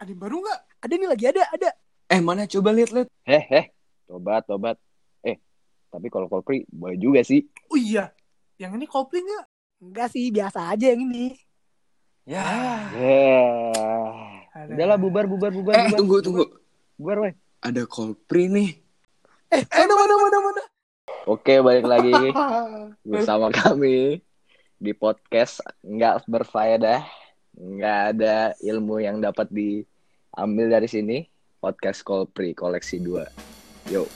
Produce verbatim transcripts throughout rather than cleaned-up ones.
Ada yang baru nggak? Ada nih lagi ada, ada. Eh mana coba lihat-lihat. Heh heh, tobat tobat. Eh, tapi kalau Coldplay boleh juga sih. Oh iya, yang ini Coldplay nggak? Enggak sih, biasa aja yang ini. Ya. Yeah. Ada. Udahlah bubar bubar bubar. Eh bubar, tunggu bubar. tunggu. Bubar weh. Ada Coldplay nih. Eh, mana mana mana mana. Oke, balik lagi bersama kami di podcast nggak berfaedah, nggak ada ilmu yang dapat diambil dari sini. Podcast Coldplay koleksi dua. Yo.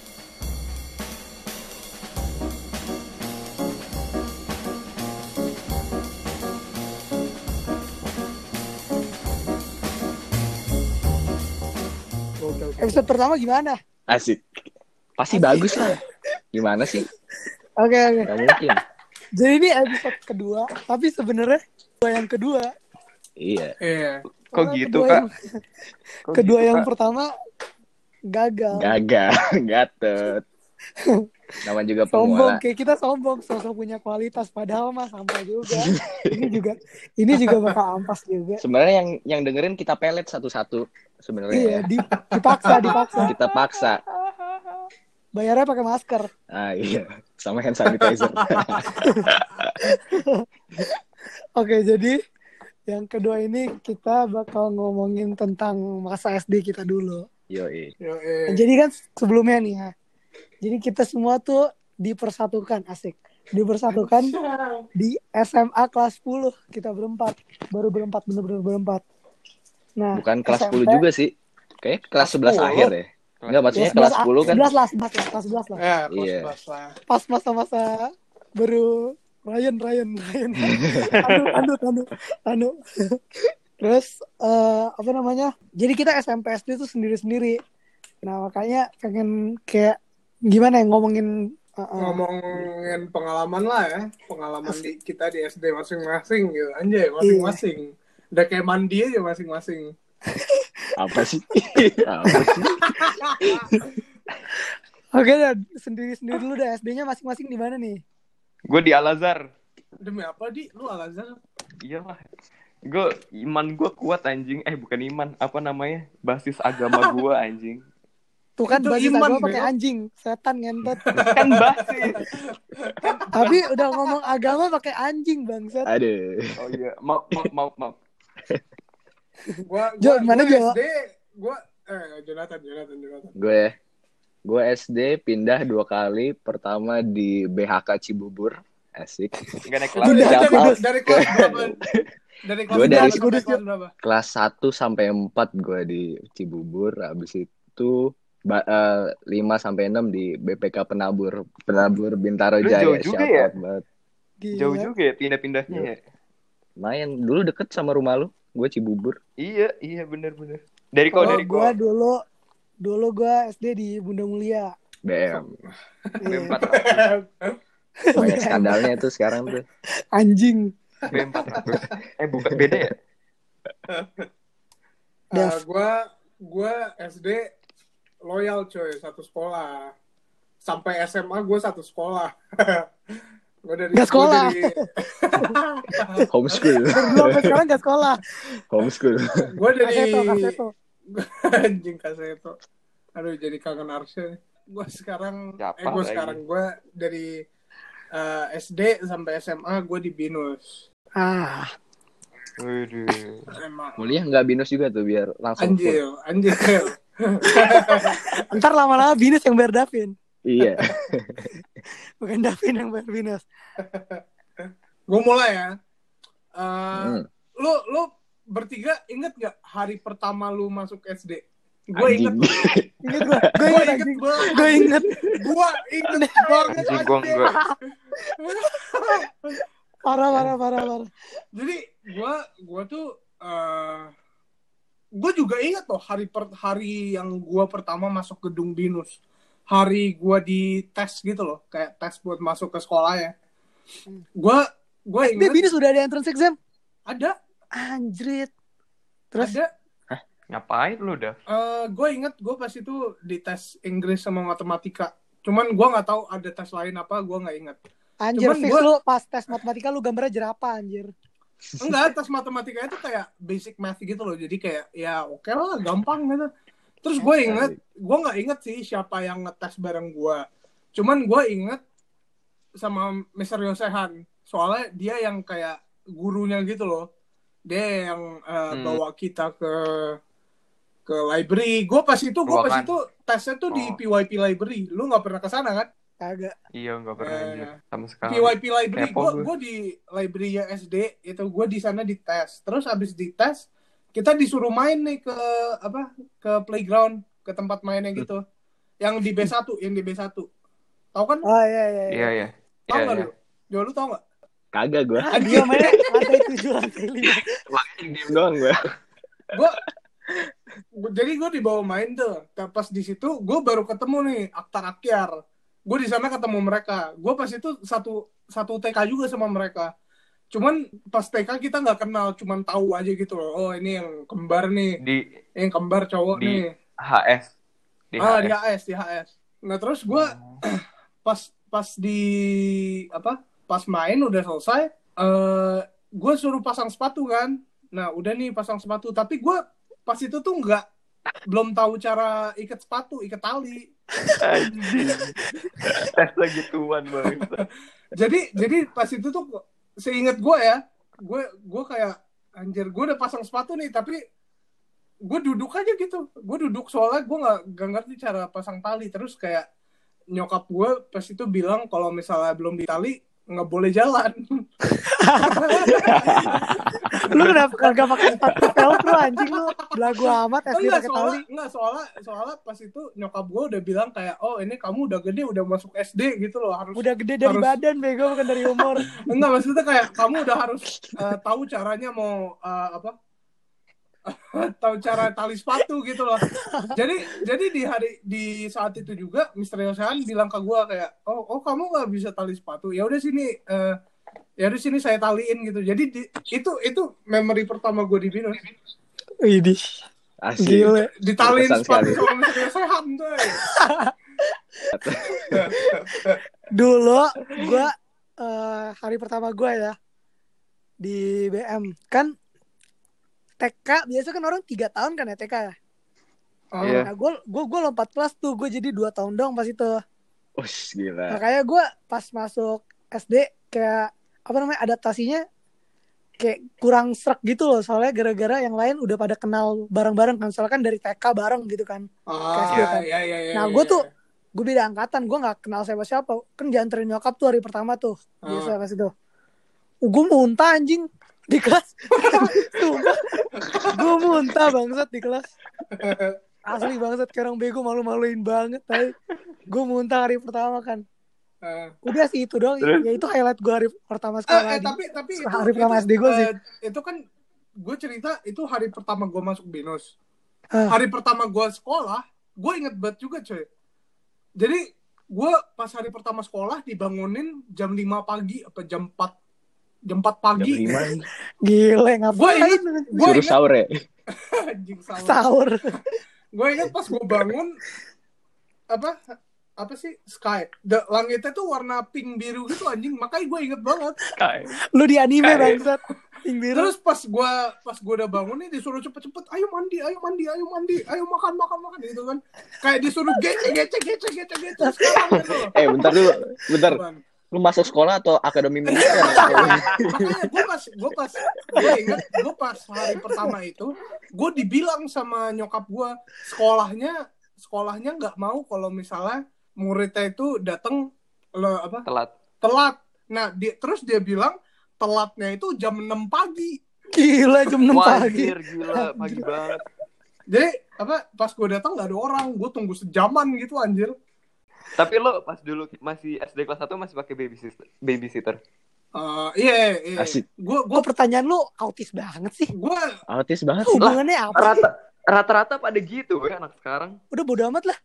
Episode pertama gimana? Asik. Pasti bagus lah. Gimana sih? Oke, oke. Gak mungkin. Jadi ini episode kedua, tapi sebenarnya kedua yang kedua. Iya. Iya. Kok Karena gitu, kedua Kak? yang- Kok kedua gitu, yang Kak? pertama gagal. Gagal, gatot. Nama juga Sombong, penguala. kayak kita sombong, sosok punya kualitas, padahal mah sampah juga. ini juga, ini juga bakal ampas juga. Sebenarnya yang yang dengerin kita pelet satu-satu sebenarnya. Iya, ya. di- dipaksa, dipaksa. Kita paksa. Bayarnya pakai masker. Ah iya, sama hand sanitizer. Oke, jadi yang kedua ini kita bakal ngomongin tentang masa S D kita dulu. Yoi. Yo, eh. Jadi kan sebelumnya nih ya. Jadi kita semua tuh dipersatukan, asik. Dipersatukan di S M A kelas sepuluh. Kita berempat. Baru berempat, bener-bener berempat. Nah, Bukan kelas S M P, sepuluh juga sih. Kayak kelas sebelas sepuluh. akhir ya. Enggak, maksudnya kelas sepuluh kan. sebelas lah, sebelas lah, kelas sebelas lah. Ya, Iya. kelas lah. Pas masa-masa baru Ryan, Ryan, Ryan. anu, anu, anu, anu. Terus, eh, apa namanya? Jadi kita S M P S D tuh sendiri-sendiri. Nah, makanya pengen kayak gimana ya ngomongin uh, uh, Ngomongin pengalaman lah ya. Pengalaman di, kita di S D masing-masing gitu. Anjay, masing-masing. Udah kayak mandi aja masing-masing. Apa sih? Apa sih? Oke, dan sendiri-sendiri dulu dah. S D-nya masing-masing di mana nih? Gue di Al-Azhar. Demi apa, Di? Lu Al-Azhar? Iyalah. Gue iman gue kuat anjing. Eh bukan iman, apa namanya? Basis agama gue anjing. Tuh kan Itu basis iman, agama pakai Bel. anjing, setan ngentot. Kan basis. Tapi udah ngomong agama pakai anjing, bangsat. Aduh. Oh iya, maaf maaf maaf maaf. Gua, Jo, gua, mana, gua Jo? S D, gua eh Jonathan, Jonathan, Jonathan. Gue gue S D pindah dua kali. Pertama di B H K Cibubur. Asik. Enggak naik Lu kelas. Udah, dari, Shout udah. out dari ke kelas berapa? Dari kelas Gua berapa dari- sampai kelas berapa? kelas satu sampai empat gue di Cibubur. Habis itu ba- eh, lima sampai enam di B P K Penabur. Penabur Bintaro Lu Jaya. jauh juga Shout ya? out banget. Gila. Jauh juga ya pindah-pindahnya ya. Lumayan. Dulu deket sama rumah lu. Gue Cibubur. Iya, iya benar-benar. Dari kau Kalau dari gua kau. dulu dulu gua S D di Bunda Mulia. B M. B Iya. empat Banyak skandalnya itu sekarang tuh. Anjing. B empat ratus. Eh bukan beda ya? Dev. Uh, gua gua S D loyal coy, satu sekolah. Sampai S M A gua satu sekolah. Gua dari Nggak sekolah. Gua dari, Homeschool. Berdua sampai sekarang gak sekolah. Homeschool. gua dari Kaseto, kaseto. anjing kaseto. Aduh, jadi kangen Arsya. Gua sekarang Siapa eh gua lagi? sekarang gua dari uh, S D sampai S M A gua di Binus. Ah, Waduh. Emang Kuliah nggak binus juga tuh biar langsung full. anjir, anjir. ntar lama-lama Binus yang bayar Davin. Iya. Bukan Davin yang bayar Binus. Gue mulai ya. Uh, Hmm. Lu lu bertiga inget gak hari pertama lu masuk S D? Gue inget. Anjing. Ingat gua, gua Gue ingat inget anjing. banget. Gua inget. Gue inget banget. Anjing gua anjing. enggak. Parah, parah, parah, parah. Jadi gue gue tuh uh, gue juga inget loh hari per, hari yang gue pertama masuk gedung Binus. Hari gue di tes gitu loh, kayak tes buat masuk ke sekolah ya. Gue gue Dia inget Binus udah ada entrance exam. ada Anjrit. Terus ada Ngapain lu dah? Uh, gue inget gue pas itu di tes Inggris sama matematika. Cuman gue nggak tahu ada tes lain apa, gue nggak inget. anjir Cuman fix gua- lu pas tes matematika lu gambarnya jerapah anjir. Enggak, tes matematika itu kayak basic math gitu loh. Jadi kayak ya oke lah, gampang gitu. Terus gue inget, gue nggak inget sih siapa yang ngetes bareng gue. Cuman gue inget sama mister Yosehan. Soalnya dia yang kayak gurunya gitu loh. Dia yang uh, Hmm. bawa kita ke ke library. Gue pas itu, gue pas Ruangan. itu tesnya tuh di Oh. P Y P library. Lu nggak pernah kesana kan? Kagak. Iya nggak pernah Eh, anjir sama sekali. P Y P library. Kepo Gue gue. gue di library S D itu gue di sana dites. Terus abis dites kita disuruh main nih ke apa ke playground, ke tempat mainnya gitu. Yang di B satu, yang di B satu. Tahu kan? Oh iya iya. iya. Iya iya. Tahu Iya nggak iya. lu? Jo, lu tau nggak? Kagak gue. Ah, dia mainnya lantai tujuh, lantai lima. Makanya diem doang gue. Gue jadi gue dibawa main tuh. Pas di situ gue baru ketemu nih Aktar Akyar. Gue di sana ketemu mereka. Gue pas itu satu satu T K juga sama mereka. Cuman pas T K kita nggak kenal, cuman tahu aja gitu loh. Oh ini yang kembar nih, Di ini yang kembar cowok di nih. H S. Di Ah H S. di H S, di H S. Nah terus gue pas pas di apa? Pas main udah selesai, eh gue suruh pasang sepatu kan. Nah udah nih pasang sepatu, tapi gue pas itu tuh nggak belum tahu cara ikat sepatu, ikat tali. Anjing. Tes lagi tuan banget. Jadi jadi pas itu tuh seingat gue ya, gue gue kayak anjir gue udah pasang sepatu nih, tapi gue duduk aja gitu. Gue duduk soalnya gue nggak nggak ngerti cara pasang tali. Terus kayak nyokap gue pas itu bilang kalau misalnya belum ditali nggak boleh jalan. Lu kenapa kagak pakai sepatu velcro anjing lu? Belagu amat S D Enggak pakai soalnya tali. enggak soalnya soalnya pas itu nyokap gue udah bilang kayak oh ini kamu udah gede udah masuk S D gitu loh harus Udah gede dari harus- badan bego bukan dari umur. enggak maksudnya kayak kamu udah harus uh, tahu caranya mau uh, apa tahu cara tali sepatu gitu loh. Jadi jadi di hari di saat itu juga mister Yosehan bilang ke gue kayak oh oh kamu nggak bisa tali sepatu ya udah sini uh, ya udah sini saya taliin gitu. Jadi di, itu itu memori pertama gue di Binus. Widih. Asik. Gile. Ditaliin Berkesan sepatu sekali. sama mister Yosehan tuh. Dulu gue eh, hari pertama gue ya di B M kan T K biasa kan orang tiga tahun kan ya T K ya. Oh, Iya. Nah gue gue gue lompat kelas tuh gue jadi dua tahun dong pas itu. Us, gila. Makanya gue pas masuk S D kayak apa namanya adaptasinya kayak kurang serak gitu loh soalnya gara-gara yang lain udah pada kenal bareng-bareng kan soalnya kan dari T K bareng gitu kan. Ah, Kasih kan. ya, ya, ya, Nah ya, gue ya. tuh gue beda angkatan gue nggak kenal siapa-siapa kan dianterin nyokap tuh hari pertama tuh biasa Ah. pas itu. Gue muntah anjing di kelas. Gue muntah bangsat di kelas. Asli bangsat kayak orang bego malu-maluin banget. Tapi gue muntah hari pertama kan. Ah. Udah sih itu doang. Terus? Ya itu highlight gue hari pertama Eh, sekolah. eh, di- tapi tapi itu, hari pertama itu, S D gue sih. eh, itu kan gue cerita itu hari pertama gue masuk Binus. Ah. Hari pertama gue sekolah, gue inget banget juga coy. Jadi gue pas hari pertama sekolah dibangunin jam lima pagi apa jam empat jam empat Jam pagi. lima. Gile Gue ngapain? inget, gue Suruh inget sahur ya. anjing sahur. Sahur. Gue inget pas gue bangun apa apa sih sky the, langitnya tuh warna pink biru gitu anjing makanya gue inget banget. Kayak Lu di anime Kayak- bangsat. Pink biru. Terus pas gue pas gue udah bangun nih disuruh cepet-cepet ayo mandi ayo mandi ayo mandi ayo makan makan makan gitu kan kayak disuruh gece gece gece gece gece sekarang gitu loh. Eh bentar dulu, bentar. Apaan? Lu masuk sekolah atau akademi militer? Makanya gue pas gue pas gue inget gue pas hari pertama itu gue dibilang sama nyokap gue sekolahnya sekolahnya nggak mau kalau misalnya muridnya itu datang lo apa telat. telat. Nah dia terus dia bilang telatnya itu jam enam pagi. Gila jam enam Wah, pagi. anjir, gila pagi banget. Jadi apa pas gue datang nggak ada orang, gue tunggu sejaman gitu anjir. Tapi lo pas dulu masih S D kelas satu masih pakai babysitter. Babysitter. Uh, iya iya. Asik. Gue Gue pertanyaan lu autis banget sih. gue Autis banget. Hubungannya apa sih? Rata rata-rata pada gitu ya anak sekarang. Udah bodo amat lah.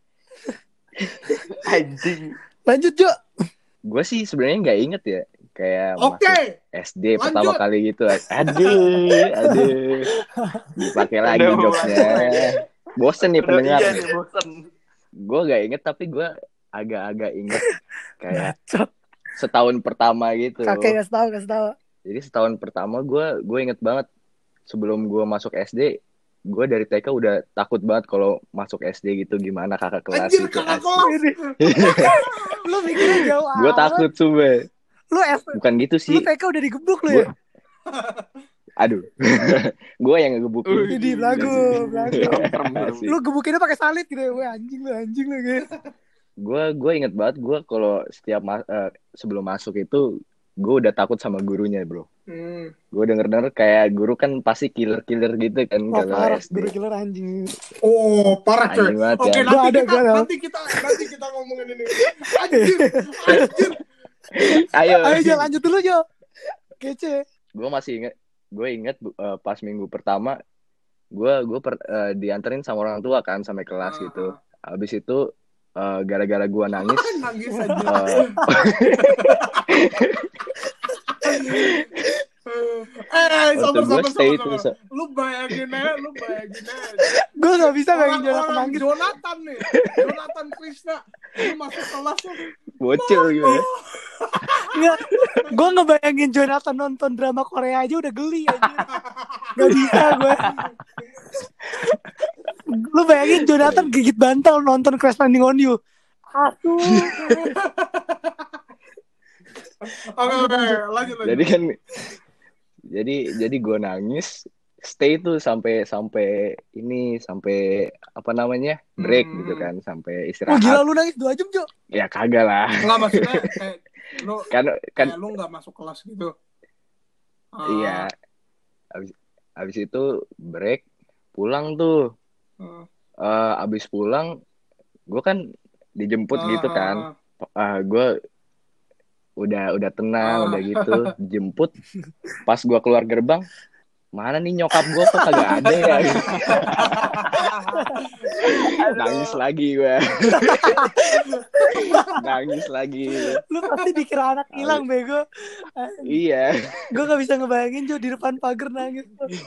Anjing. Lanjut Jo. Gue sih sebenarnya nggak inget ya. Kayak oke. masuk S D Lanjut. pertama kali gitu. Aduh, aduh. Dipakai lagi Udah, jokesnya. Bosen nih Udah, pendengar. iya nih, bosen. Gue nggak inget tapi gue agak-agak inget kayak Cok. setahun pertama gitu. Kakek kasih tahu kasih tahu. Jadi setahun pertama gue gue inget banget sebelum gue masuk S D, gue dari T K udah takut banget kalau masuk S D gitu, gimana kakak kelas Anjir, gitu. kakak asli. kelas. Lu mikirnya jauh Gue amat. takut sumpah. Lu S Bukan gitu lu sih. T K udah digebuk lu Gua- ya? Aduh. Gue yang ngegebukin. Wih. Jadi belagu, belagu. Serem, serem. Asik. Lu gebukinnya pakai salit gitu ya. Wah, anjing lu, anjing lu gitu. Gue gue inget banget gue kalau setiap ma- eh, sebelum masuk itu gue udah takut sama gurunya bro. Hmm. Gue denger-denger kayak guru kan pasti killer-killer gitu kan Wah, kalau parah, S D. guru killer anjing. Oh, parah coy. Anjing banget Oke, ya. nanti Gua ada, kita gua ada. nanti kita nanti kita ngomongin ini. Anjir, anjir. Ayo. Ayo Jo, lanjut dulu Jo. Kece. Gue masih inget, gue inget uh, pas minggu pertama gue gue uh, dianterin sama orang tua kan sampai kelas gitu. Habis itu uh, gara-gara gue nangis, Nangis aja. uh, Eh, waktu sabar gue sabar stay sabar. itu sabar. se- Lu bayangin aja, lu bayangin aja. Gue gak bisa bayangin Jonathan Orang-orang nangis. Jonathan nih, Jonathan Krishna, lu masuk kelas lu. bocil gue. Nggak, gue ngebayangin Jonathan nonton drama Korea aja udah geli aja. Gak bisa gue. Lu bayangin Jonathan gigit bantal nonton Crash Landing on You. Aduh. Oke, oke, lanjut lanjut. Jadi kan, jadi jadi gue nangis, stay tuh sampai sampai ini sampai apa namanya break Hmm. gitu kan, sampai Wah istirahat. gila lu nangis dua jam Jo. Ya kagak lah. Enggak maksudnya kayak lu Kan kan kayak lu enggak masuk kelas gitu. Ah, iya. Abis, abis itu break, pulang tuh. ah, Eh abis pulang, gue kan dijemput ah, gitu ah, kan. ah. Ah gue udah udah tenang, Ah. udah gitu, jemput. Pas gue keluar gerbang, mana nih nyokap gue kok kagak ada ya? Nangis lagi gue. Nangis lagi. Lu pasti dikira anak hilang bego. Iya. Gue gak bisa ngebayangin Jo di depan pagar nangis.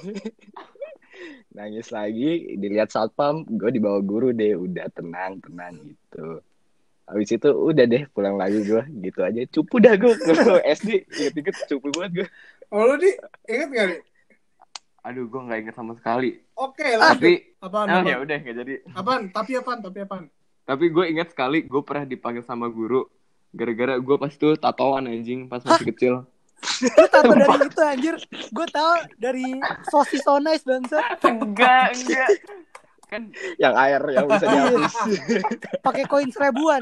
Nangis lagi, dilihat satpam, gue dibawa guru deh, udah tenang, tenang gitu. Habis itu udah deh pulang lagi gue, gitu aja. Cupu dah gue ke S D, inget-inget cupu banget gue. Oh, lu di inget enggak nih? Aduh, gue nggak inget sama sekali. Oke, lanjut. Tapi, Apaan? oh apaan? ya udah nggak jadi. Apaan? Tapi apaan? Tapi apaan? Tapi gue inget sekali, gue pernah dipanggil sama guru. Gara-gara gue pas itu tatoan anjing pas masih kecil. Lu tato dari itu anjir. Gue tau dari sosis so nice bangsa. Enggak, enggak. Kan Yang air yang bisa dihapus. Pakai koin seribuan.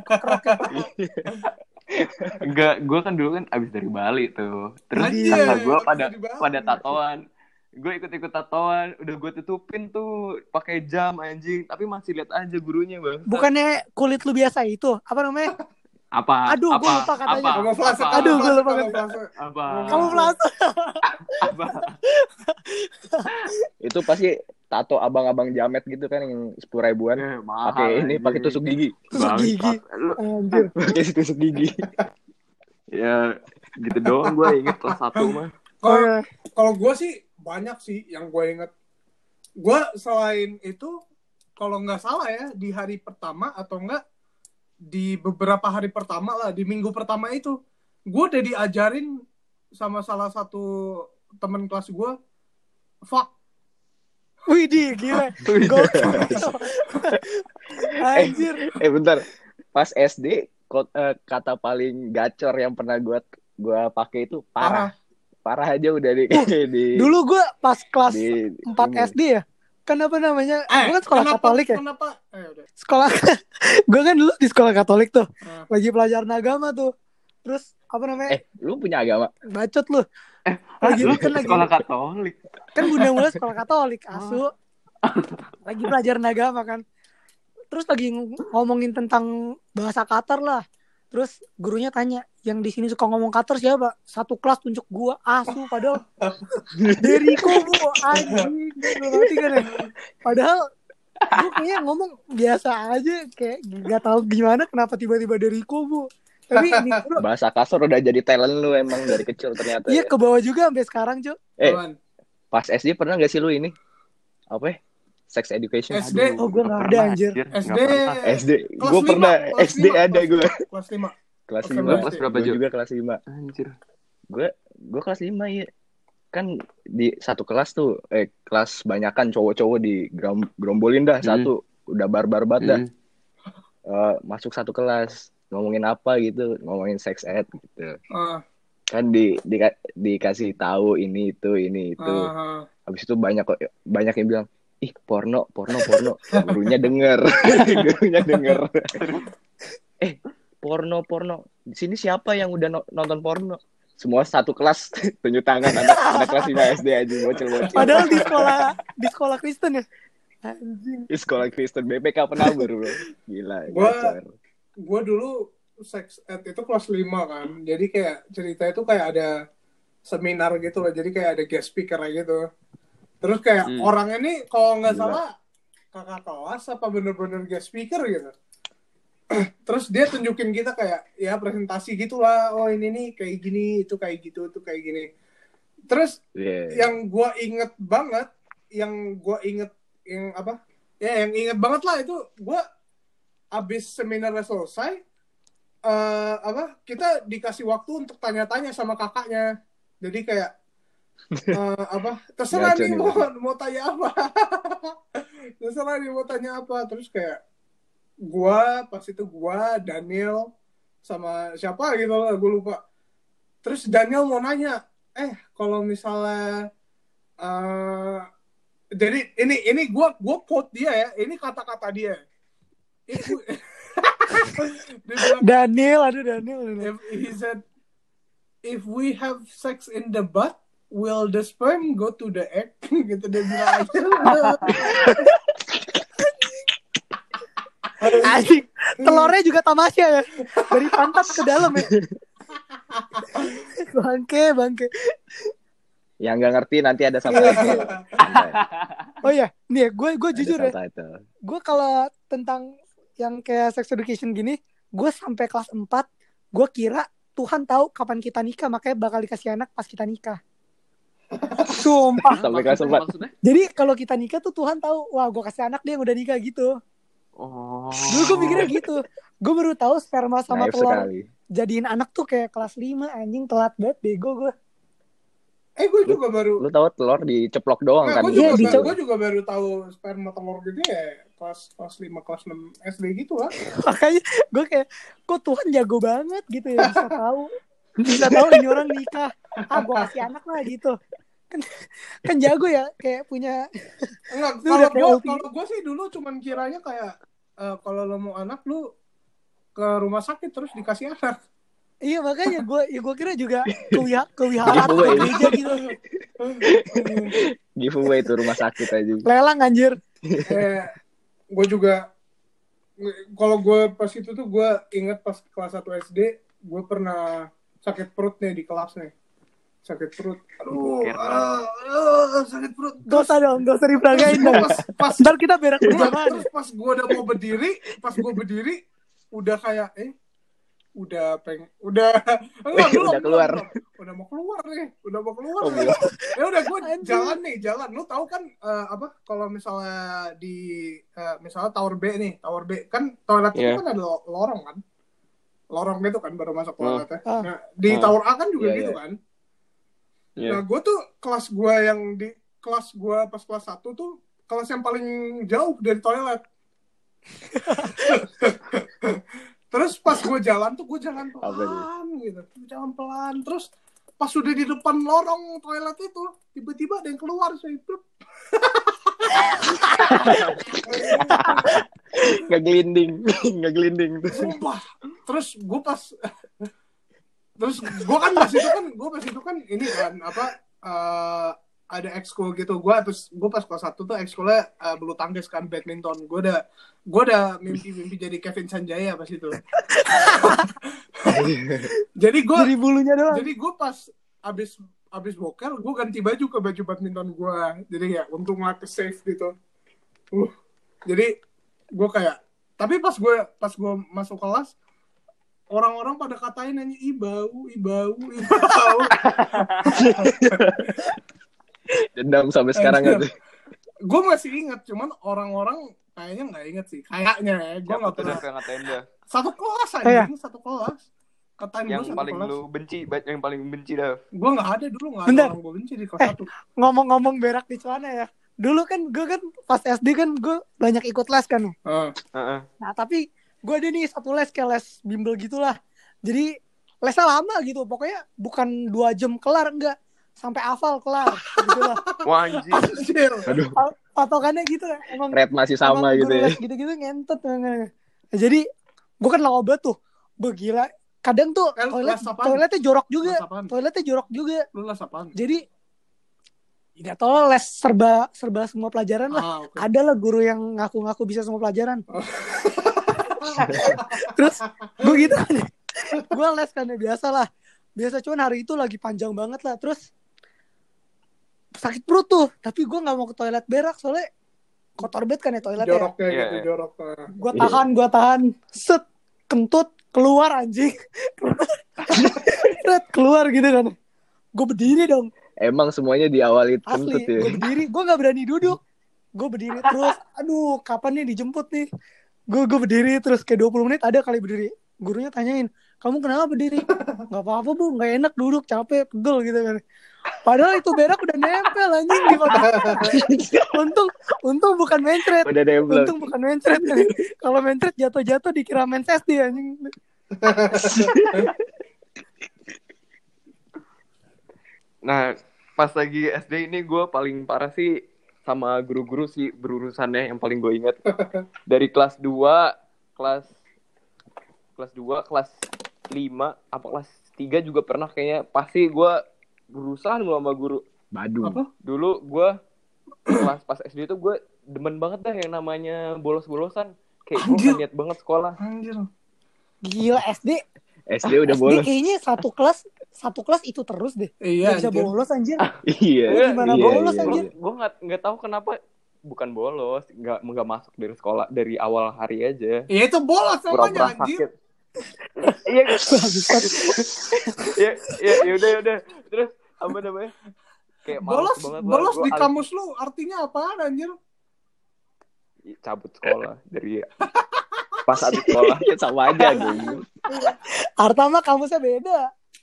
enggak, gue kan dulu kan abis dari Bali tuh. Terus Anjir, kakak gue abis pada dari Bali. pada tatoan. Gue ikut-ikut tatoan, udah gue tutupin tuh pakai jam anjing, tapi masih lihat aja gurunya, Bang. Bukannya kulit lu biasa itu? Apa namanya? Apa? Aduh, apa, gua lupa katanya. Apa? Kamuflase, Apa? Aduh, gua kamuflase, lupa kamuflase. Apa? Kamu pelasa. Apa? Itu pasti tato abang-abang jamet gitu kan yang sepuluh ribuan. Eh, mahal, Pakai ini, anjing. pakai tusuk gigi. Tusuk Bangsat. gigi. Lu- Anjir. Pakai tusuk gigi. Ya, gitu doang gue inget kelas satu mah. Oh, Kalau iya. kalau gue sih banyak sih yang gue inget. Gue selain itu, kalau nggak salah ya di hari pertama atau enggak di beberapa hari pertama lah, di minggu pertama itu, gue udah diajarin sama salah satu temen kelas gue, fuck. Widih, gila. Gokil. Anjir. Eh bentar. Pas S D ko- eh, kata paling gacor yang pernah gue gua pakai itu parah. Parah aja udah di di Dulu gue pas kelas di empat ini. S D ya. Kan apa namanya? Eh, Gue kan sekolah kenapa, Katolik ya. Kenapa? Eh, udah. Sekolah gue kan dulu di sekolah Katolik tuh. Nah. Lagi pelajaran agama tuh. Terus apa namanya? Eh, lu punya agama? Bacot lu. Eh, Lagi lu kan lagi sekolah Katolik. kan bunda mulai sekolah Katolik asu. Lagi pelajaran agama kan. Terus lagi ng- ngomongin tentang bahasa Qatar lah. Terus gurunya tanya, yang di sini suka ngomong Qatar siapa? Satu kelas tunjuk gua asu, padahal Deriko bu, anjing, berarti kan ya. Padahal gua kayaknya ngomong biasa aja, kayak nggak tahu gimana kenapa tiba-tiba Deriko bu. Tapi ini guru, Bahasa kasar udah jadi talent lu emang dari kecil ternyata. iya Ya. ke bawah juga sampai sekarang cuy. Eh, Apaan? pas S D pernah gak sih lu ini? Apa ya? Sex education. S D. Oh, gua nggak ada, pernah, anjir. S D. Nggak pernah. S D. Kelas Gue lima, pernah kelas S D lima, ada kelas gue. lima, Kelas lima. Kelas Oke, lima. kelas berapa, Gue Jo? juga kelas lima. Anjir. gue gue kelas lima ya. Kan di satu kelas tuh eh kelas banyakan cowok-cowok di grom- grombolin dah Hmm. satu udah barbar banget dah. Hmm. Eh, masuk satu kelas ngomongin apa gitu, ngomongin sex ed gitu. Ah, Kan di, di dikasih tahu ini itu ini itu. ah, Habis itu banyak kok banyak yang bilang, "Ih, porno, porno, porno." Gurunya denger. Gurunya denger. Eh, porno, porno. Di sini siapa yang udah no- nonton porno? Semua satu kelas tunjuk tangan anak anak kelas lima S D aja bocil-bocil. Padahal di sekolah di sekolah Kristen ya. Anjing. Di sekolah Kristen B P K Penabur, bro. Gila, Gua- gacor. gue dulu sex ed itu kelas lima kan, jadi kayak cerita itu kayak ada seminar gitu loh, jadi kayak ada guest speaker gitu. Terus kayak Hmm. orang ini kalau nggak Gila. salah kakak kelas apa bener-bener guest speaker gitu. Terus dia tunjukin kita kayak ya presentasi gitulah, oh ini nih kayak gini, itu kayak gitu, itu kayak gini. Terus Iya. yang gue inget banget, yang gue inget yang apa? Ya yang inget banget lah itu gue abis seminarnya selesai, eh apa? Kita dikasih waktu untuk tanya-tanya sama kakaknya. Jadi kayak eh, apa? Terserah Ngaco nih nih, mau mau tanya apa. Terserah nih mau tanya apa. Terus kayak gua pas itu gua Daniel sama siapa gitu lah, gue lupa. Terus Daniel mau nanya, eh kalau misalnya eh jadi ini ini gua gua quote dia ya, ini kata-kata dia. If we- dia bilang, Daniel, aduh Daniel. if, he said, if we have sex in the butt, will the sperm go to the egg? Gitu dia bilang aja. Anjing. Telurnya juga tamasya ya. Dari pantat ke dalam ya. Bangke, bangke. Yang nggak ngerti nanti ada subtitle. Oh iya, nih ya, gue gue jujur Ada ya. subtitle. Gue kalau tentang yang kayak sex education gini, gue sampai kelas empat, gue kira Tuhan tahu kapan kita nikah, makanya bakal dikasih anak pas kita nikah. Sumpah. Sampai kelas empat. Maksudnya? Jadi kalau kita nikah tuh Tuhan tahu, wah gue kasih anak dia yang udah nikah gitu. Oh. Dulu gue mikirnya gitu. Gue baru tahu sperma sama Naif telur sekali. jadiin anak tuh kayak kelas lima, anjing telat banget, bego gue. Eh gue juga baru Lu tahu telur diceplok doang Nah, kan? gue Iya, juga, dicoba. gue juga baru tahu sperma telur gitu ya kelas kelas lima kelas enam S D gitu lah. Makanya gue kayak, kok Tuhan jago banget gitu ya, bisa tahu. Bisa tahu ini orang nikah. Ah, gue kasih anak lah gitu. Kan, kan jago ya, kayak punya. Enggak, Lu kalau udah kayak gue ulti. kalau gue sih dulu cuman kiranya kayak eh, kalau lo mau anak lu ke rumah sakit terus dikasih anak. Iya makanya gue, ya gue kira juga kewiha, kewihara atau Giveaway. ke gereja gitu. Giveaway itu rumah sakit aja. Lelang anjir. eh, gue juga kalau gue pas itu tuh gue inget pas kelas satu S D gue pernah sakit perut nih di kelas nih, sakit perut, aduh, Boker. ah, ah, sakit perut. Gak usah dong, gak usah diperagain dong. Pas pas Ntar kita berak berjamaah. terus pas gue udah mau berdiri, pas gue berdiri udah kayak eh udah peng udah enggak belum Udah keluar. belum, belum. udah mau keluar nih udah mau keluar Oh, nih. belum. Ya udah gue Anjir. jalan nih jalan, lu tahu kan eh, apa kalau misalnya di eh, misalnya tower B nih, tower B kan toilet itu Iya. kan ada lo- lorong kan, lorong gitu kan baru masuk toiletnya. Ah. Nah di Ah. tower A kan juga Iya, gitu iya. kan. Iya. Nah gue tuh kelas gue yang di kelas gue pas kelas satu tuh kelas yang paling jauh dari toilet. Terus pas gue jalan tuh gue jalan Apa pelan gitu, jalan pelan. Terus pas sudah di depan lorong toilet itu tiba-tiba ada yang keluar saya itu. Nggak gelinding. Nggak gelinding. Sumpah. Terus gue pas terus gue kan pas itu kan gue pas itu kan ini kan apa eh, ada ekskul gitu. Gue terus gue pas kelas satu tuh ekskulnya eh, bulu tangkis kan, badminton. Gue udah gue udah mimpi-mimpi jadi Kevin Sanjaya pas itu. Jadi gue Jadi bulunya doang. jadi gue pas abis abis boker gue ganti baju ke baju badminton gue. Jadi ya untung lah ke safe gitu. Uh, jadi gue kayak tapi pas gue pas gue masuk kelas orang-orang pada katain nanya ih bau, ih bau, ih bau. Dendam sampai sekarang Anjir. nggak tuh? Gue masih ingat, cuman orang-orang kayaknya nggak inget sih. Kayaknya ya, gue Siapa nggak tuh pernah. yang ngatain dia? Satu kelas Iya. anjing, satu kelas. Katain yang gue satu paling kelas. lu benci, yang paling benci dah. Gue nggak ada dulu, nggak ada Bentar. orang gue benci di kelas Eh. satu. Ngomong-ngomong berak di celana ya. Dulu kan gue kan pas S D kan gue banyak ikut les kan. Uh. Heeh. Nah tapi gue ada nih satu les kayak les bimbel gitulah. Jadi lesnya lama gitu. Pokoknya bukan dua jam kelar, enggak. Sampai hafal kelar gitu lah. Wah anjir. Anjir. Aduh, Patokannya gitu emang. red masih sama emang gitu guru ya. les gitu-gitu ngentot. Nah, jadi gue kan lama banget tuh. Begila. Kadang tuh Eh, toilet les apaan? toiletnya jorok juga. Les apaan? Toiletnya jorok juga. Lu les apaan? Jadi nggak tahu les serba serba semua pelajaran lah. Ah, oke. Ada lah guru yang ngaku-ngaku bisa semua pelajaran. Oh. Terus gue gitu kan. Gue les kan ya biasa lah. Biasa cuman hari itu lagi panjang banget lah. Terus sakit perut tuh. Tapi gue gak mau ke toilet berak. Soalnya kotor banget kan ya toiletnya. Joroknya Iya, gitu, iya. jorok. Gue tahan, gue tahan. Set, kentut, keluar anjing. Set, keluar gitu kan. Gue berdiri dong. Emang semuanya diawali Asli, kentut ya. gue berdiri, gue gak berani duduk. Gue berdiri terus, aduh kapan nih dijemput nih. Gue gue berdiri terus kayak dua puluh menit ada kali berdiri. Gurunya tanyain, kamu kenapa berdiri? Gak apa-apa bu, gak enak duduk, capek, pegel gitu kan. Padahal itu berak udah nempel anjing di mata. Untung, untung bukan mencret. Udah nempel. Untung bukan mencret. Kalau mencret jatuh-jatuh dikira menses dia anjing. Nah, pas lagi S D ini gue paling parah sih sama guru-guru sih berurusannya yang paling gue ingat. Dari kelas dua, kelas kelas dua, kelas lima, apa kelas tiga juga pernah kayaknya. Pasti gue berurusan mulu sama guru. Badung. Apa? Dulu gue kelas pas S D itu gue demen banget dah yang namanya bolos-bolosan. Kayak gue Anjir. gak niat banget sekolah. Anjir. Gila S D. S D udah S D bolos. kayaknya satu kelas, satu kelas itu terus deh. Iya, Gak bisa anjir. bolos anjir. Iya. Lu gimana iya, bolos, iya, anjir? iya. Gue nggak nggak tahu kenapa bukan bolos, nggak nggak masuk dari sekolah dari awal hari aja. Ya itu bolos Pura-pura namanya anjir. sakit. Iya, ya, ya, ya udah, ya udah. Terus apa namanya? Kayak males Bolos, banget lah. bolos Gua di al- kamus lu artinya apaan anjir? cabut sekolah dari pas habis sekolah. Ya sama aja gue. Arta mah kamusnya beda.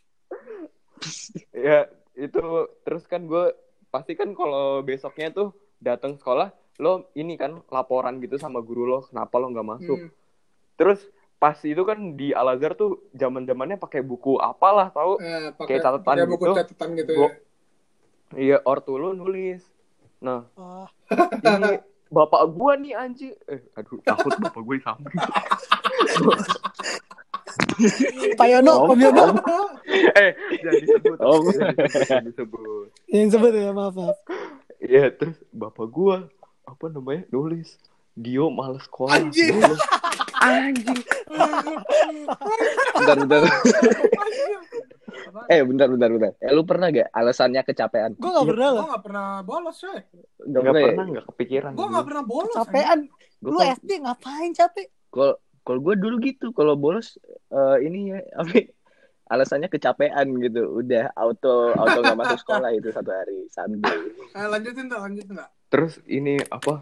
Ya itu terus kan gue pasti kan kalau besoknya tuh datang sekolah lo ini kan laporan gitu sama guru lo kenapa lo nggak masuk. Hmm. Terus pas itu kan di Al Azhar tuh zaman zamannya pakai buku apalah tahu. Eh, Kayak catatan pakai buku gitu. catatan gitu ya. Gua- Iya ortu lo nulis. Nah Oh, ini bapak gua nih anjing. Eh aduh takut bapak gue disamperin. Pak Yono, Om, Om Yono. eh jangan disebut. Om. Jangan disebut, jangan disebut. Yang sebut ya, maaf, maaf. Iya terus bapak gua apa namanya nulis Dio males sekolah. Anjing. Bolos. Anjing. Bentar, bentar. Anjir. Apaan? Eh, bentar, bentar, bentar. Eh, lu pernah gak alasannya kecapean? Gue gak pernah Gua loh. nggak pernah bolos, coy. Gak Nggak pernah ya? pernah nggak kepikiran. Gua nggak pernah bolos. anjir. Capean. Gua Lu kan- S D ngapain capek? Kalau kalau gue dulu gitu, kalau bolos eh, ini ya apa? Alasannya kecapean gitu. Udah auto auto nggak masuk sekolah itu satu hari Sunday. Eh, lanjutin tuh, lanjutin nggak? Terus ini apa?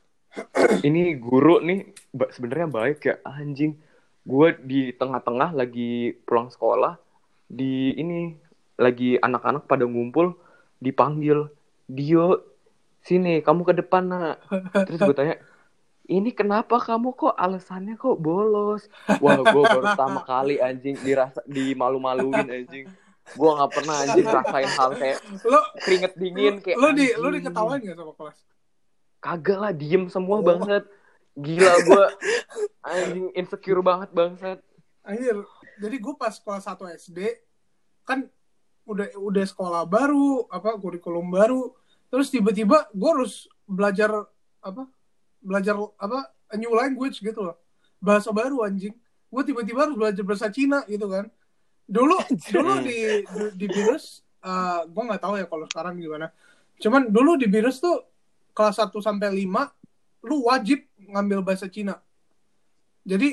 Ini guru nih ba- sebenarnya baik ya anjing. Gue di tengah-tengah lagi pulang sekolah di ini lagi anak-anak pada ngumpul dipanggil Dio sini kamu ke depan nak. Terus gue tanya ini kenapa kamu kok alasannya kok bolos? Wah gue baru pertama kali anjing dirasa dimalu-maluin anjing. Gue nggak pernah anjing rasain hal kayak Lu keringet dingin kayak lu di anjing. lu diketawain nggak sama kelas? Kagak lah, diem semua Oh. banget. Gila gue anjing insecure banget bangsat. Anjir. Jadi gue pas kelas satu S D kan udah udah sekolah baru, apa kurikulum baru. Terus tiba-tiba gue harus belajar apa? Belajar apa? A new language gitu loh. Bahasa baru anjing. Gue tiba-tiba harus belajar bahasa Cina gitu kan. Dulu dulu di di, di BINUS uh, gue nggak tahu ya kalau sekarang gimana. Cuman dulu di BINUS tuh kelas satu sampai lima lu wajib ngambil bahasa Cina. Jadi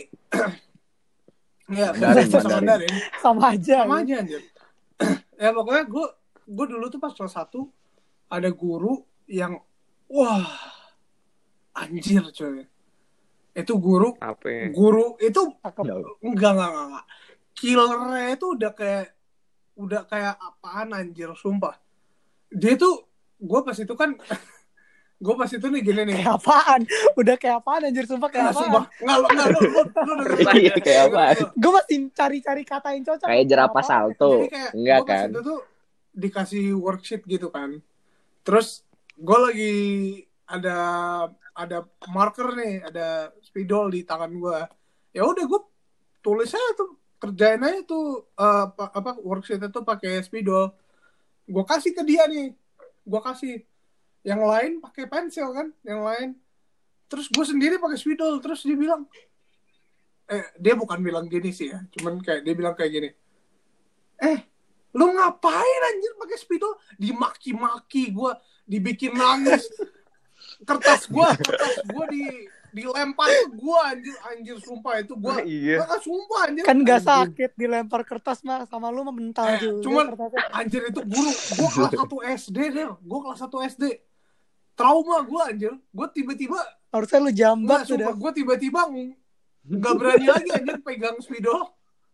ya Mandarin, bahasa Mandarin. Mandarin. Sama aja. Sama aja anjir. Ya pokoknya gue gue dulu tuh pas kelas satu ada guru yang wah anjir coy. Itu guru Apa ya? guru itu Cakep. enggak enggak enggak. enggak. killernya itu udah kayak udah kayak apaan anjir, sumpah. Dia tuh, gue pas itu kan, gue pas itu nih gini nih. Kayak apaan? Udah kayak apaan anjir, sumpah kayak Nah, apaan? sumpah, nggak lo, nggak lo, lo, lo dengerin. Iya, kayak apaan? Gue masih cari-cari kata yang cocok. Kayak jerapah apaan? salto. Jadi kayak Enggak gue pas kan? itu tuh dikasih worksheet gitu kan. Terus gue lagi ada ada marker nih, ada spidol di tangan gue. Ya udah gue tulis aja tuh, kerjain aja tuh uh, apa, apa worksheet itu pakai spidol. Gue kasih ke dia nih, gue kasih. Yang lain pakai pensil kan, yang lain. Terus gue sendiri pakai spidol. Terus dia bilang, eh dia bukan bilang gini sih ya, cuman kayak dia bilang kayak gini. Eh, lu ngapain anjir pakai spidol? Dimaki-maki gue, dibikin nangis. Kertas gue, kertas gue di dilempar ke gue anjir, anjir sumpah itu gue. Iya. Nah, sumpah anjir. Kan gak Anjir. sakit dilempar kertas mah, sama lu mah mental Eh, juga. cuman kertasnya. anjir itu guru. Gue kelas satu S D deh, gue kelas satu S D. Trauma gue anjir. Gue tiba-tiba, Harusnya lu jambat nggak, tuh sumpah dah. gue tiba-tiba nggak berani lagi anjir pegang spidol.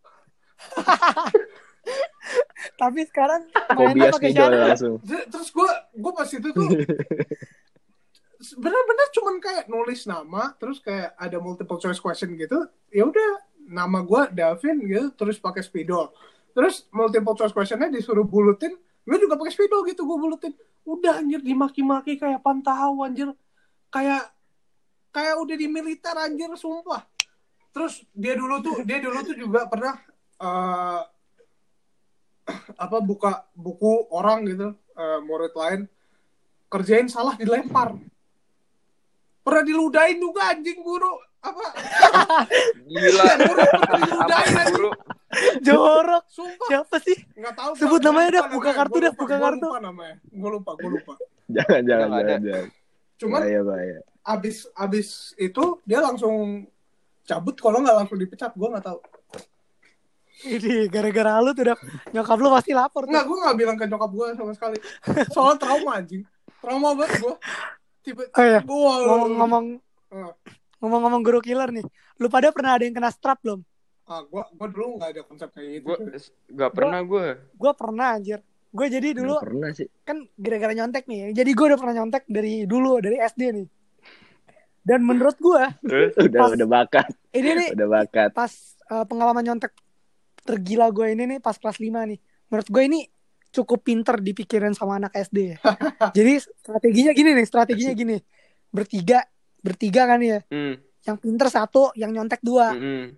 Tapi sekarang Fobia mainnya pakai spidol syarat. langsung. Terus gue gue pas itu tuh benar-benar cuman kayak nulis nama, terus kayak ada multiple choice question gitu. Ya udah, nama gue Davin gitu, terus pakai spidol. Terus multiple choice questionnya disuruh bulutin, gue juga pakai spidol gitu, gue bulutin. Udah anjir, dimaki-maki kayak pantau anjir, kayak kayak udah di militer anjir, sumpah. Terus dia dulu tuh dia dulu tuh juga pernah uh, apa buka buku orang gitu, uh, murid lain kerjain salah dilempar. Pernah diludahin juga anjing guru apa? Gila. Murid pernah diludahin Apa, anjing. Bro? Jorok. Sumpah. Siapa sih? Nggak tahu. Sebut Pak. namanya Gua dah, lupa buka namanya. kartu Gua dah, lupa. buka Gua kartu. lupa namanya. Gue lupa, gue lupa. Jangan, jangan, Nggak ada. jangan, jangan. Cuman Bahaya, bahaya. abis abis itu dia langsung cabut, kalau nggak langsung dipecat, gue nggak tahu. Ini gara-gara lu tuh udah nyokap lu pasti lapor tuh. Nggak, gue nggak bilang ke nyokap gue sama sekali. Soal trauma anjing, trauma banget gue. Tipe, Oh iya. gua, Ngomong-ngomong Ah. ngomong-ngomong guru killer nih. Lu pada pernah ada yang kena strap belum? ah, gue gue dulu nggak ada konsep kayak gitu. Gue gak pernah gue. Gue pernah anjir. Gue jadi dulu Nggak pernah sih. kan gara-gara nyontek nih. Jadi gue udah pernah nyontek dari dulu, dari S D nih. Dan menurut gue Terus Udah, Pas- udah bakat. ini nih Udah bakat. pas uh, pengalaman nyontek tergila gue ini nih pas kelas lima nih. Menurut gue ini cukup pinter dipikirin sama anak S D ya. Jadi strateginya gini nih, strateginya gini. Bertiga, bertiga kan ya. hmm. Yang pinter satu, yang nyontek dua. Hmm.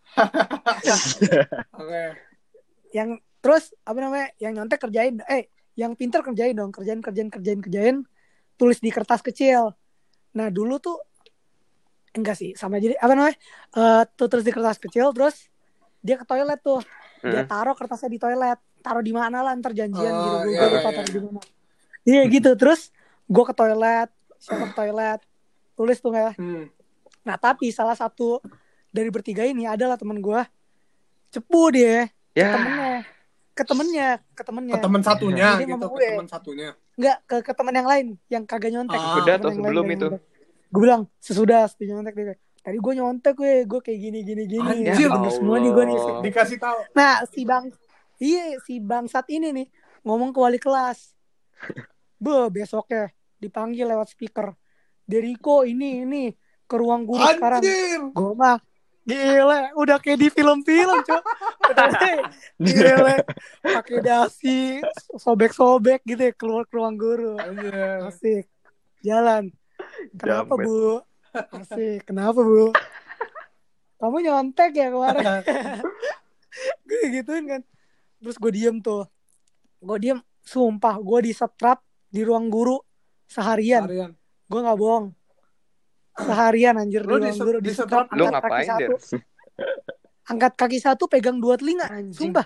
Oke. Yang terus apa namanya? Yang nyontek kerjain, eh yang pinter kerjain dong, kerjain kerjain kerjain kerjain, tulis di kertas kecil. Nah dulu tuh enggak sih, sama jadi apa namanya? Eh tuh tulis di kertas kecil, terus dia ke toilet tuh, dia Hmm. taruh kertasnya di toilet, taruh di mana lah ntar janjian Oh, gitu, gue iya, lupa iya. taruh di mana. Iya gitu, terus gue ke toilet, siapa ke toilet, tulis tuh ya. Hmm. Nah tapi salah satu dari bertiga ini adalah teman gue, cepu dia Ya. temennya, ke temennya, ke temennya, Ke teman satunya Jadi gitu, ngomong ke gue. teman satunya. nggak ke ke teman yang lain yang kagak nyontek. Ah. Udah atau sebelum itu? Gue bilang sesudah setuju nyontek dia. Tadi gue nyontek gue, gue kayak gini gini gini. Anjir. Bener semua nih gue nih. Allah. Dikasih tahu. Nah si bang, iya si bangsat ini nih ngomong ke wali kelas. Be besoknya dipanggil lewat speaker. Deriko ini ini ke ruang guru sekarang. Anjir. Gue mah gile, udah kayak di film-film cuy. Udah deh, gile, pakai dasi, sobek-sobek gitu ya, keluar ke ruang guru. Anjir. Asik, jalan. Kenapa Jamet. bu? Asik, kenapa bu? Kamu nyontek ya kemarin? Gue gituin kan. Terus gue diem tuh. Gue diem, sumpah gue disetrap di ruang guru seharian. Harian. Gue gak bohong. Seharian anjir di Lu ruang dise- guru disetrap, disetrap, lu angkat kaki ngapain, Der? satu. Angkat kaki satu, pegang dua telinga. Anjing. Sumpah.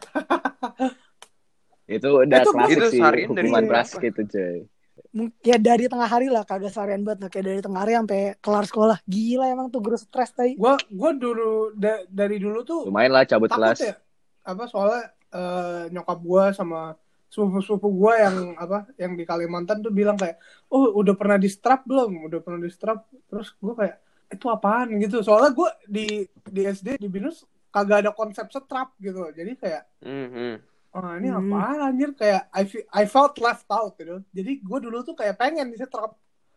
Itu udah Itu klasik itu sih. seharian dari Hukuman jam keras berapa? gitu cuy. Mung- Ya dari tengah hari lah, kagak seharian banget. Nah, kayak dari tengah hari sampai kelar sekolah. Gila emang tuh guru stres tadi. Gua gua dulu da- dari dulu tuh Lumayan lah cabut takut kelas. ya. Apa soalnya eh, nyokap gua sama sepupu-sepupu gua yang apa yang di Kalimantan tuh bilang kayak, "Oh, udah pernah di strap belum? Udah pernah di strap?" Terus gua kayak, "Itu apaan?" gitu. Soalnya gua di di S D di Binus kagak ada konsep setrap gitu. Jadi kayak Mhm. oh ini Hmm. apa anjir, kayak I, fe- I felt left out gitu. Jadi gue dulu tuh kayak pengen disetrap.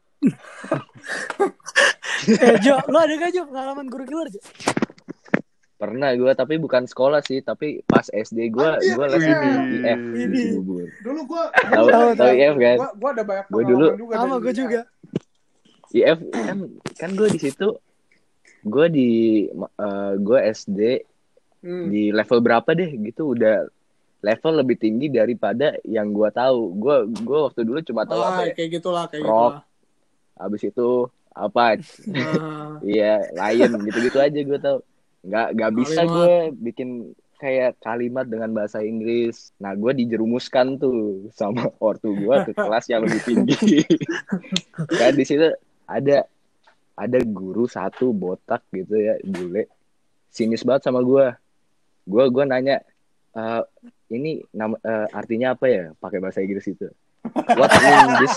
Eh Jo, lu ada gak Jo pengalaman guru killer Jo? Pernah gue, tapi bukan sekolah sih, tapi pas S D gue Anjir, gue les iya. di I F di Ini. Cibubur. Dulu gue Tahu Tahu, tahu I F kan? Gue gue ada banyak Gua pengalaman dulu- juga. Sama dari gue I F. juga. I F kan kan gue di situ, gue di eh, gue S D Hmm. di level berapa deh gitu, udah level lebih tinggi daripada yang gue tahu. Gue gue waktu dulu cuma tahu Ah, apa ya, kayak gitulah, kayak rock, gitulah. abis itu apa, Nah, iya lion gitu-gitu aja gue tahu. Nggak nggak bisa Kalimat. gue bikin kayak kalimat dengan bahasa Inggris. Nah gue dijerumuskan tuh sama ortu gue ke kelas yang lebih tinggi. Kan di situ ada ada guru satu botak gitu ya, bule, sinis banget sama gue. Gue gue nanya, "Eh, ini nama eh, artinya apa ya?" Pakai bahasa Inggris itu. What mean this?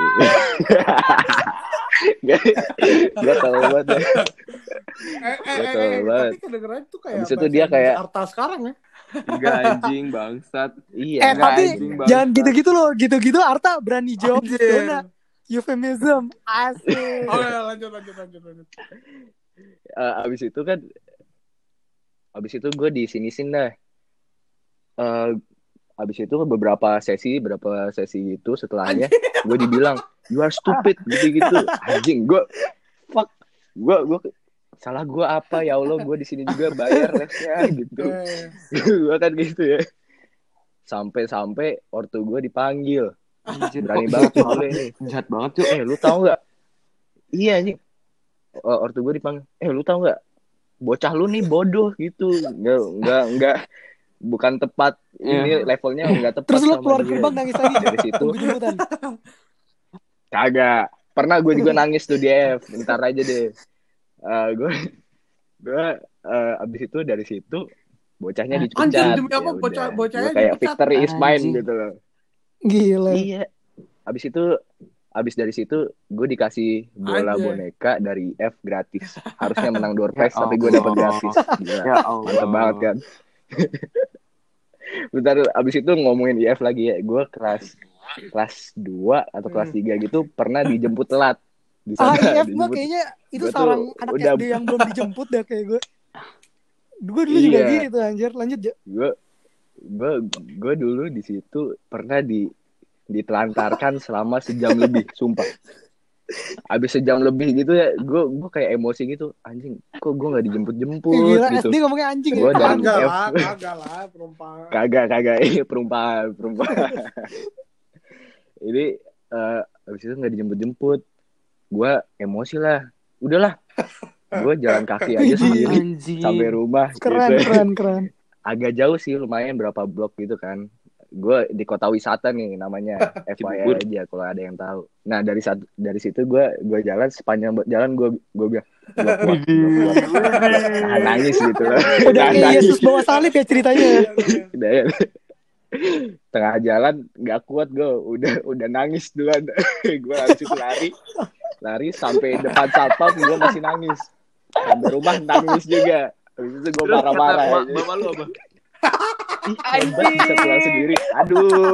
Gak, gak tau banget ya. eh, eh, Gak eh, tau eh, banget. tapi kedengerannya tuh kayak Habis itu bahasa dia Inggris kayak- Arta sekarang ya. Enggak anjing bangsat. Iya. Eh Nggak, tapi anjing banget. jangan gitu-gitu loh, gitu-gitu Arta berani jawab Anjir. zona. Euphemism, asik. Oh ya, lanjut lanjut lanjut lanjut. Eh, abis itu kan, abis itu gue di sini-sini dah. Eh, abis itu beberapa sesi, beberapa sesi itu setelahnya, gue dibilang, "You are stupid," gitu-gitu. Anjing, gue, fuck, gue, gue, salah gue apa ya Allah, gue di sini juga bayar lesnya gitu. Eh, Gue kan gitu ya. Sampai-sampai ortu gue dipanggil. Anjir, Berani kok banget jahat tuh bule nih. Jahat banget tuh. Eh, lu tahu nggak? Iya nih. Ortu gue dipanggil. Eh, lu tahu nggak? Bocah lu nih bodoh gitu. Nggak, nggak, nggak. Bukan tepat. Ini levelnya nggak tepat. Terus lu sama keluar dia. gerbang nangis lagi Jo. Dari situ. Tunggu jemputan. Kagak. Pernah gue juga nangis tuh di F. Bentar aja deh. Eh, gue, gue eh, abis itu dari situ bocahnya dipecat. Anjing, demi apa Ya bocah- udah. bocahnya Gue kayak dipecat? victory is mine Anjing. gitu loh. Gila. Iya. Abis itu, abis dari situ gue dikasih bola Anjay. boneka dari F gratis. Harusnya menang door Ya prize tapi gue Allah. dapat gratis. Gila. Ya Allah. Mantap banget kan. Bentar, abis itu ngomongin I F lagi ya. Gue kelas kelas dua atau kelas tiga gitu pernah dijemput telat. Di Ah, sana, I F mah dijemput. kayaknya itu Gua tuh sarang anak udah- S D yang belum dijemput dah kayak gue. Gue dulu juga Iya. gitu anjir. Lanjut Jo. Gue gue gue dulu di situ pernah di ditelantarkan selama sejam lebih, sumpah. Abis sejam lebih gitu ya, gue gue kayak emosi gitu, anjing, kok gue nggak dijemput-jemput Eh, gila gitu. S D ngomongnya anjing Gua ya. dari Kagak F. lah, kagak lah, perumpamaan. Kagak kagak ini perumpamaan perumpamaan. Ini eh, abis itu nggak dijemput-jemput, gue emosi lah, udahlah, gue jalan kaki aja sendiri Anjing. sampai rumah. Keren, gitu. keren, keren. Agak jauh sih, lumayan berapa blok gitu kan. Gue di kota wisata nih namanya, F Y I Cibubur. aja kalau ada yang tahu. Nah dari saat dari situ gue gue jalan sepanjang jalan gue gue bilang gue kuat, gue kuat. Nah, nangis gitu loh. Udah Nah, kayak nangis. Yesus bawa salib ya ceritanya ya. Udah ya. Tengah jalan nggak kuat gue, udah udah nangis duluan. Gue habis itu lari lari sampai depan satpam gue masih nangis. Sampai rumah nangis juga. Habis itu gue Terus kata marah-marah. mak- aja. bapak lu apa? Ih, hebat bisa pulang sendiri. Aduh.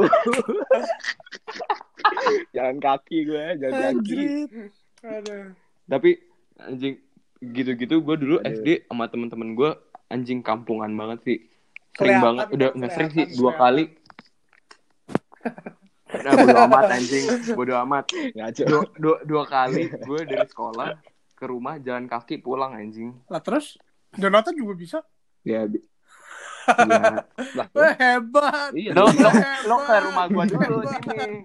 Jalan kaki gue, jalan kaki. Anjir. Aduh. Tapi anjing gitu-gitu gue dulu Aduh. S D sama temen-temen gue anjing kampungan banget sih. Sering Kelihatan, banget, udah kan, nggak sering sih, kelihatan, dua kelihatan. kali. Nah, bodo amat anjing, bodo amat. Ngaco. Dua, dua, dua kali gue dari sekolah ke rumah jalan kaki pulang anjing. Lah terus Jonathan juga bisa. Ya, bi- ya. Lah, Wah, hebat. iya. Lo, lo, Hebat. lo ke rumah gue dulu Hebat. sini.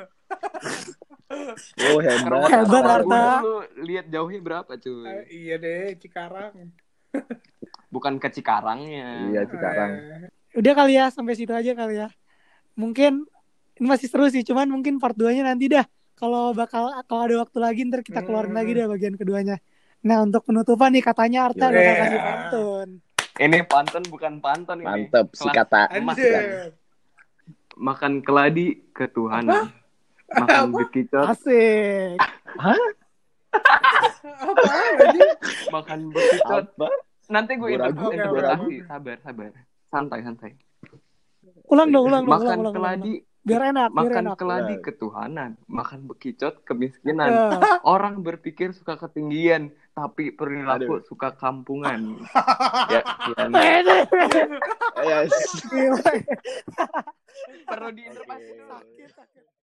Oh, Ke rumah, hebat. Hebat, rumah Arta. gua dulu. Lihat jauhnya berapa Eh, cuy? iya deh, Cikarang. Bukan ke Cikarangnya. Iya, sekarang. Eh, Udah kali ya, sampai situ aja kali ya. Mungkin ini masih seru sih, cuman mungkin part dua-nya nanti dah. Kalau bakal kalau ada waktu lagi ntar kita keluarin Hmm. lagi dah bagian keduanya. Nah, untuk penutupan nih katanya Arta Iya. bakal kasih pantun. Ini pantun bukan pantun ini. Mantep si Kelas kata. emas Anjir. kan. Makan keladi ketuhanan. Makan bekicot, Asik. Apa aja? makan bekicot, Apa? Nanti gue Gua ragu, interpretasi, gua ragu. sabar, sabar. Santai, santai. Ulang dong, ulang dong, Makan ulang, ulang, ulang, keladi, ulang. Biar enak, biar makan enak. keladi Ya. ketuhanan, makan bekicot kemiskinan. Ya. Orang berpikir suka ketinggian, tapi perilaku Aduh. suka kampungan. Ya, sekian. Yes. Gila. Perlu diinterpretasi. Oke. Sakit, sakit.